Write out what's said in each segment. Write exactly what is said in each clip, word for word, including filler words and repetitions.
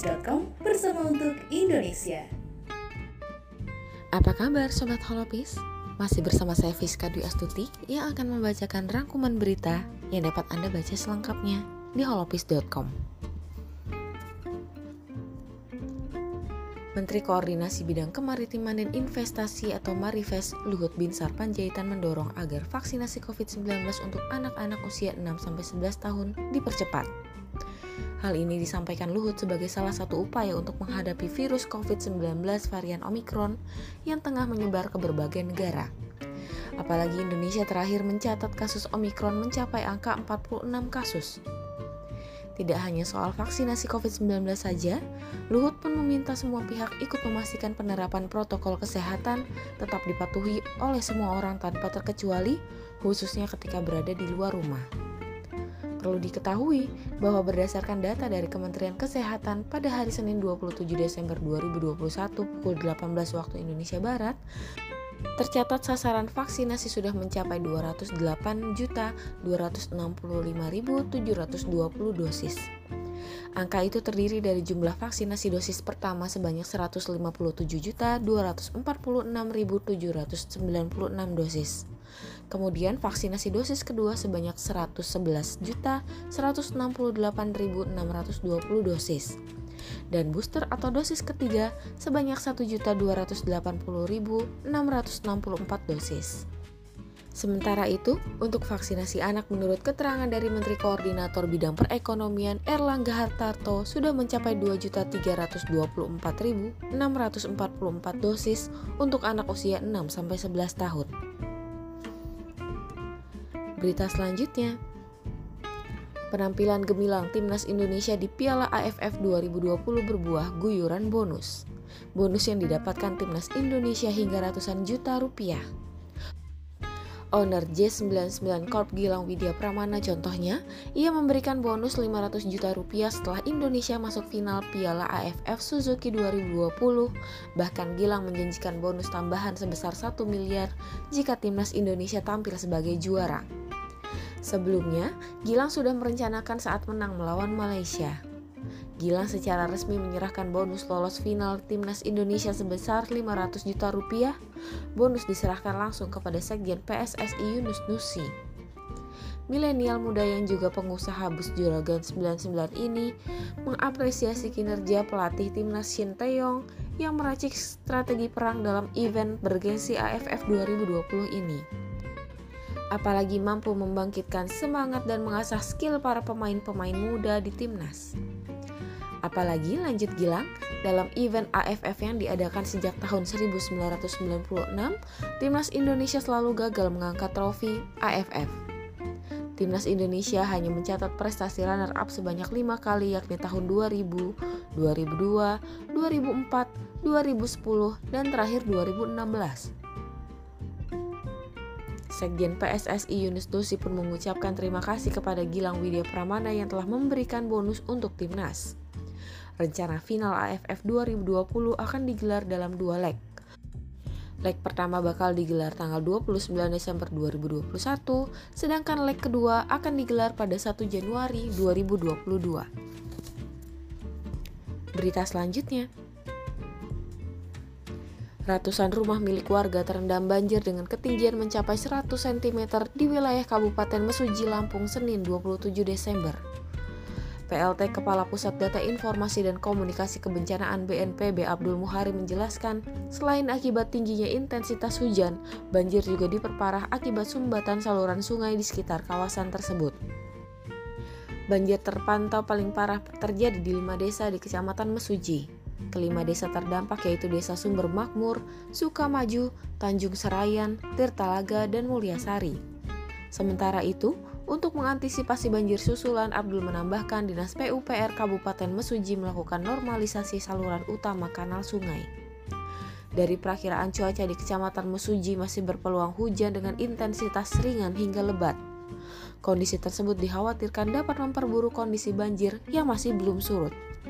holopis dot com bersama untuk Indonesia. Apa kabar Sobat Holopis? Masih bersama saya Fiska Dwi Astuti yang akan membacakan rangkuman berita yang dapat Anda baca selengkapnya di holopis dot com. Menteri Koordinasi Bidang Kemaritiman dan Investasi atau Marifes Luhut Binsar Panjaitan mendorong agar vaksinasi covid sembilan belas untuk anak-anak usia enam sampai sebelas tahun dipercepat. Hal ini disampaikan Luhut sebagai salah satu upaya untuk menghadapi virus covid sembilan belas varian Omikron yang tengah menyebar ke berbagai negara. Apalagi Indonesia terakhir mencatat kasus Omikron mencapai angka empat puluh enam kasus. Tidak hanya soal vaksinasi covid sembilan belas saja, Luhut pun meminta semua pihak ikut memastikan penerapan protokol kesehatan tetap dipatuhi oleh semua orang tanpa terkecuali, khususnya ketika berada di luar rumah. Perlu diketahui bahwa berdasarkan data dari Kementerian Kesehatan pada hari Senin dua puluh tujuh Desember dua ribu dua puluh satu pukul delapan belas waktu Indonesia Barat, tercatat sasaran vaksinasi sudah mencapai dua ratus delapan juta dua ratus enam puluh lima ribu tujuh ratus dua puluh dosis. Angka itu terdiri dari jumlah vaksinasi dosis pertama sebanyak seratus lima puluh tujuh juta dua ratus empat puluh enam ribu tujuh ratus sembilan puluh enam dosis. Kemudian vaksinasi dosis kedua sebanyak seratus sebelas juta seratus enam puluh delapan ribu enam ratus dua puluh dosis. Dan booster atau dosis ketiga sebanyak satu juta dua ratus delapan puluh ribu enam ratus enam puluh empat dosis. Sementara itu, untuk vaksinasi anak menurut keterangan dari Menteri Koordinator Bidang Perekonomian Erlangga Hartarto sudah mencapai dua juta tiga ratus dua puluh empat ribu enam ratus empat puluh empat dosis untuk anak usia enam sampai sebelas tahun. Berita selanjutnya, penampilan gemilang Timnas Indonesia di Piala A F F dua ribu dua puluh berbuah guyuran bonus. Bonus yang didapatkan Timnas Indonesia hingga ratusan juta rupiah. Owner J sembilan puluh sembilan Corp Gilang Widya Pramana contohnya, ia memberikan bonus lima ratus juta rupiah setelah Indonesia masuk final Piala A F F Suzuki dua ribu dua puluh. Bahkan Gilang menjanjikan bonus tambahan sebesar satu miliar jika Timnas Indonesia tampil sebagai juara. Sebelumnya, Gilang sudah merencanakan saat menang melawan Malaysia. Gilang secara resmi menyerahkan bonus lolos final Timnas Indonesia sebesar lima ratus juta rupiah. Bonus diserahkan langsung kepada Sekjen P S S I Yunus Nusi. Milenial muda yang juga pengusaha bus Juragan sembilan puluh sembilan ini mengapresiasi kinerja pelatih Timnas Shin Tae-yong yang meracik strategi perang dalam event bergengsi A F F dua ribu dua puluh ini. Apalagi mampu membangkitkan semangat dan mengasah skill para pemain-pemain muda di Timnas. Apalagi lanjut Gilang, dalam event A F F yang diadakan sejak tahun seribu sembilan ratus sembilan puluh enam, Timnas Indonesia selalu gagal mengangkat trofi A F F. Timnas Indonesia hanya mencatat prestasi runner-up sebanyak lima kali, yakni tahun dua ribu, dua ribu dua, dua ribu empat, dua ribu sepuluh, dan terakhir dua ribu enam belas. Sekjen P S S I Yunus Nusi pun mengucapkan terima kasih kepada Gilang Widya Pramana yang telah memberikan bonus untuk Timnas. Rencana final A F F dua ribu dua puluh akan digelar dalam dua leg. Leg pertama bakal digelar tanggal dua puluh sembilan Desember dua ribu dua puluh satu, sedangkan leg kedua akan digelar pada satu Januari dua ribu dua puluh dua. Berita selanjutnya, ratusan rumah milik warga terendam banjir dengan ketinggian mencapai seratus sentimeter di wilayah Kabupaten Mesuji, Lampung, Senin dua puluh tujuh Desember. P L T Kepala Pusat Data Informasi dan Komunikasi Kebencanaan B N P B Abdul Muhari menjelaskan, selain akibat tingginya intensitas hujan, banjir juga diperparah akibat sumbatan saluran sungai di sekitar kawasan tersebut. Banjir terpantau paling parah terjadi di lima desa di Kecamatan Mesuji. Kelima desa terdampak yaitu Desa Sumber Makmur, Sukamaju, Tanjung Serayan, Tirtalaga, dan Mulyasari. Sementara itu, untuk mengantisipasi banjir susulan, Abdul menambahkan Dinas P U P R Kabupaten Mesuji melakukan normalisasi saluran utama kanal sungai. Dari perakiraan cuaca di Kecamatan Mesuji masih berpeluang hujan dengan intensitas ringan hingga lebat. Kondisi tersebut dikhawatirkan dapat memperburuk kondisi banjir yang masih belum surut.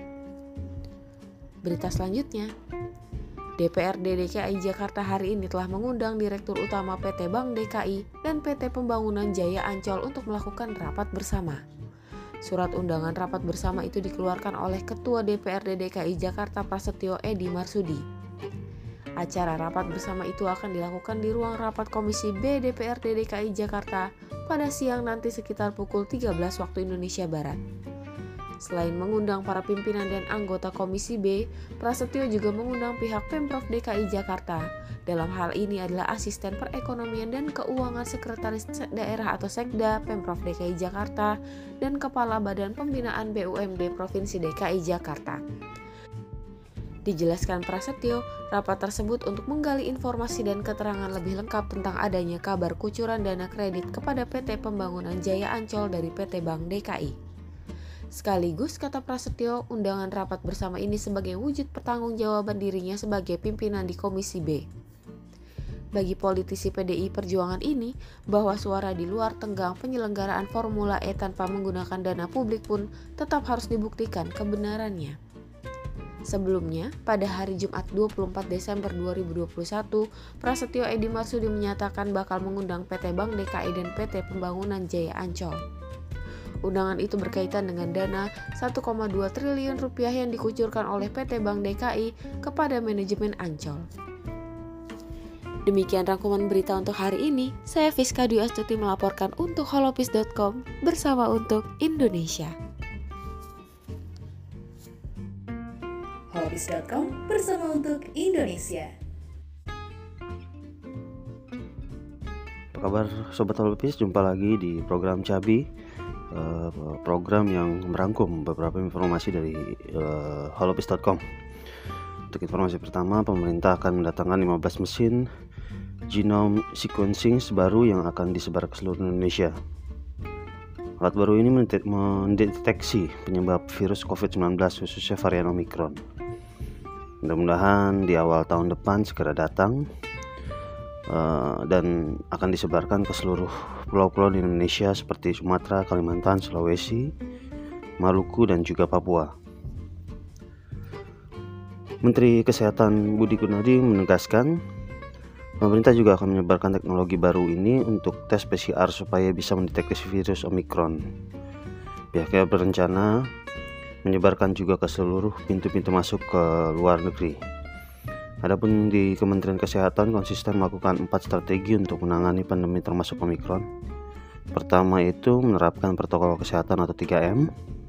Berita selanjutnya, D P R D D K I Jakarta hari ini telah mengundang Direktur Utama P T Bank D K I dan P T Pembangunan Jaya Ancol untuk melakukan rapat bersama. Surat undangan rapat bersama itu dikeluarkan oleh Ketua D P R D D K I Jakarta Prasetyo Edy Marsudi. Acara rapat bersama itu akan dilakukan di ruang rapat Komisi B D P R D D K I Jakarta pada siang nanti sekitar pukul tiga belas waktu Indonesia Barat. Selain mengundang para pimpinan dan anggota Komisi B, Prasetyo juga mengundang pihak Pemprov D K I Jakarta. Dalam hal ini adalah Asisten Perekonomian dan Keuangan Sekretaris Daerah atau Sekda Pemprov D K I Jakarta dan Kepala Badan Pembinaan B U M D Provinsi D K I Jakarta. Dijelaskan Prasetyo, rapat tersebut untuk menggali informasi dan keterangan lebih lengkap tentang adanya kabar kucuran dana kredit kepada P T Pembangunan Jaya Ancol dari P T Bank D K I. Sekaligus, kata Prasetyo, undangan rapat bersama ini sebagai wujud pertanggungjawaban dirinya sebagai pimpinan di Komisi B. Bagi politisi P D I Perjuangan ini, bahwa suara di luar tenggang penyelenggaraan Formula E tanpa menggunakan dana publik pun tetap harus dibuktikan kebenarannya. Sebelumnya, pada hari Jumat dua puluh empat Desember dua ribu dua puluh satu, Prasetyo Edy Marsudi menyatakan bakal mengundang P T Bank D K I dan P T Pembangunan Jaya Ancol. Undangan itu berkaitan dengan dana satu koma dua triliun rupiah yang dikucurkan oleh P T Bank D K I kepada manajemen Ancol. Demikian rangkuman berita untuk hari ini. Saya Fiska Dwi Astuti melaporkan untuk holopis dot com bersama untuk Indonesia. holopis dot com bersama untuk Indonesia. Apa kabar Sobat Holopis? Jumpa lagi di program Cabi, program yang merangkum beberapa informasi dari holopis dot com. Untuk informasi pertama, pemerintah akan mendatangkan lima belas mesin genome sequencing baru yang akan disebar ke seluruh Indonesia. Alat baru ini mendeteksi penyebab virus covid sembilan belas khususnya varian Omicron. Mudah-mudahan di awal tahun depan segera datang uh, dan akan disebarkan ke seluruh pulau-pulau di Indonesia seperti Sumatera, Kalimantan, Sulawesi, Maluku, dan juga Papua. Menteri Kesehatan Budi Gunadi menegaskan pemerintah juga akan menyebarkan teknologi baru ini untuk tes P C R supaya bisa mendeteksi virus Omicron. Pihaknya berencana menyebarkan juga ke seluruh pintu-pintu masuk ke luar negeri. Adapun di Kementerian Kesehatan konsisten melakukan empat strategi untuk menangani pandemi termasuk Omicron. Pertama itu menerapkan protokol kesehatan atau tiga M.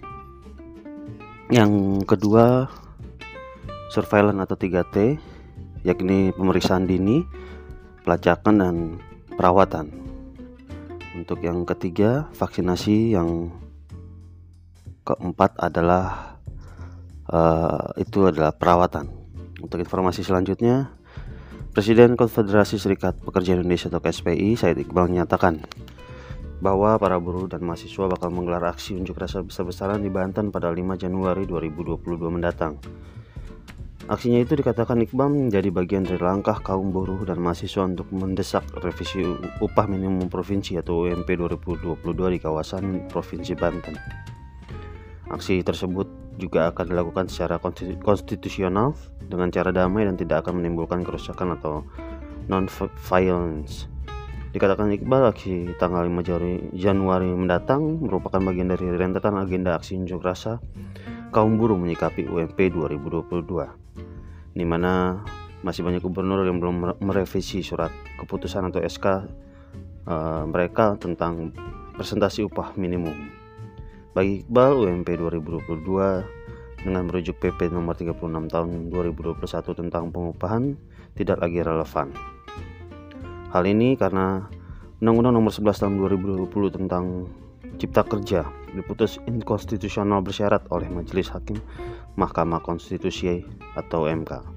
Yang kedua surveillance atau tiga T, yakni pemeriksaan dini, pelacakan, dan perawatan. Untuk yang ketiga, vaksinasi. Yang keempat adalah uh, itu adalah perawatan. Untuk informasi selanjutnya, Presiden Konfederasi Serikat Pekerja Indonesia atau K S P I, Said Iqbal, menyatakan bahwa para buruh dan mahasiswa bakal menggelar aksi unjuk rasa besar-besaran di Banten pada lima Januari dua ribu dua puluh dua mendatang. Aksinya itu dikatakan Iqbal menjadi bagian dari langkah kaum buruh dan mahasiswa untuk mendesak revisi upah minimum provinsi atau U M P dua ribu dua puluh dua di kawasan Provinsi Banten. Aksi tersebut juga akan dilakukan secara konstitusional dengan cara damai dan tidak akan menimbulkan kerusakan atau non-violence. Dikatakan Iqbal, aksi tanggal lima Januari mendatang merupakan bagian dari rentetan agenda aksi unjuk rasa kaum buruh menyikapi U M P dua ribu dua puluh dua, di mana masih banyak gubernur yang belum merevisi surat keputusan atau S K uh, mereka tentang presentasi upah minimum. Bagi Iqbal, U M P dua ribu dua puluh dua dengan merujuk P P nomor tiga puluh enam tahun dua ribu dua puluh satu tentang pengupahan tidak lagi relevan. Hal ini karena Undang-Undang nomor sebelas tahun dua ribu dua puluh tentang Cipta Kerja diputus inkonstitusional bersyarat oleh Majelis Hakim Mahkamah Konstitusi atau M K.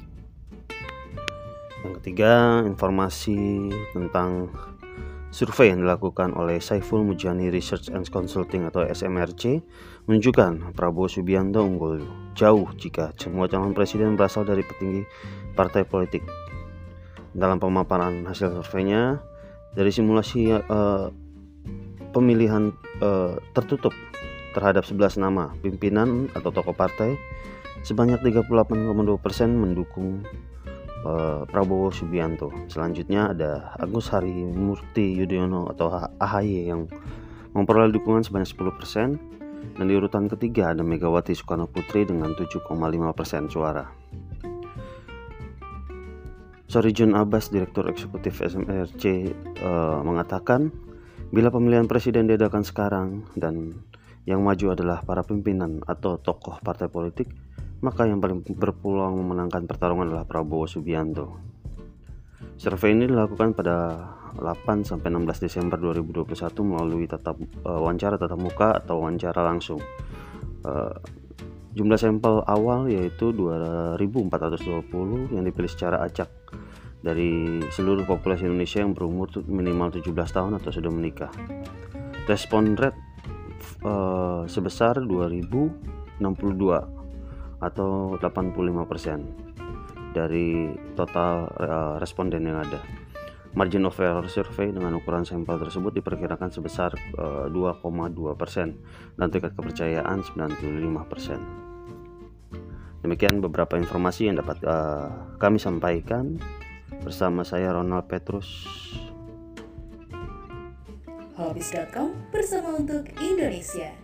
Yang ketiga, informasi tentang survei yang dilakukan oleh Saiful Mujani Research and Consulting atau S M R C menunjukkan Prabowo Subianto unggul jauh jika semua calon presiden berasal dari petinggi partai politik. Dalam pemaparan hasil surveinya, dari simulasi uh, pemilihan uh, tertutup terhadap sebelas nama pimpinan atau tokoh partai, sebanyak tiga puluh delapan koma dua persen mendukung uh, Prabowo Subianto. Selanjutnya ada Agus Harimurti Yudhoyono atau A H Y yang memperoleh dukungan sebanyak sepuluh persen. Dan di urutan ketiga ada Megawati Soekarno Putri dengan tujuh koma lima persen suara. Sorijun Abbas, Direktur Eksekutif S M R C, uh, mengatakan bila pemilihan presiden diadakan sekarang dan yang maju adalah para pimpinan atau tokoh partai politik, maka yang paling berpeluang memenangkan pertarungan adalah Prabowo Subianto. Survei ini dilakukan pada delapan sampai enam belas Desember dua ribu dua puluh satu melalui tatap, uh, wawancara tatap muka atau wawancara langsung. Uh, jumlah sampel awal yaitu dua ribu empat ratus dua puluh yang dipilih secara acak dari seluruh populasi Indonesia yang berumur minimal tujuh belas tahun atau sudah menikah. Respon rate uh, sebesar dua ribu enam puluh dua atau delapan puluh lima persen dari total uh, responden yang ada. Margin of error survei dengan ukuran sampel tersebut diperkirakan sebesar uh, dua koma dua persen dan tingkat kepercayaan sembilan puluh lima persen. Demikian beberapa informasi yang dapat uh, kami sampaikan. Bersama saya Ronald Petrus. Hobbies dot com bersama untuk Indonesia.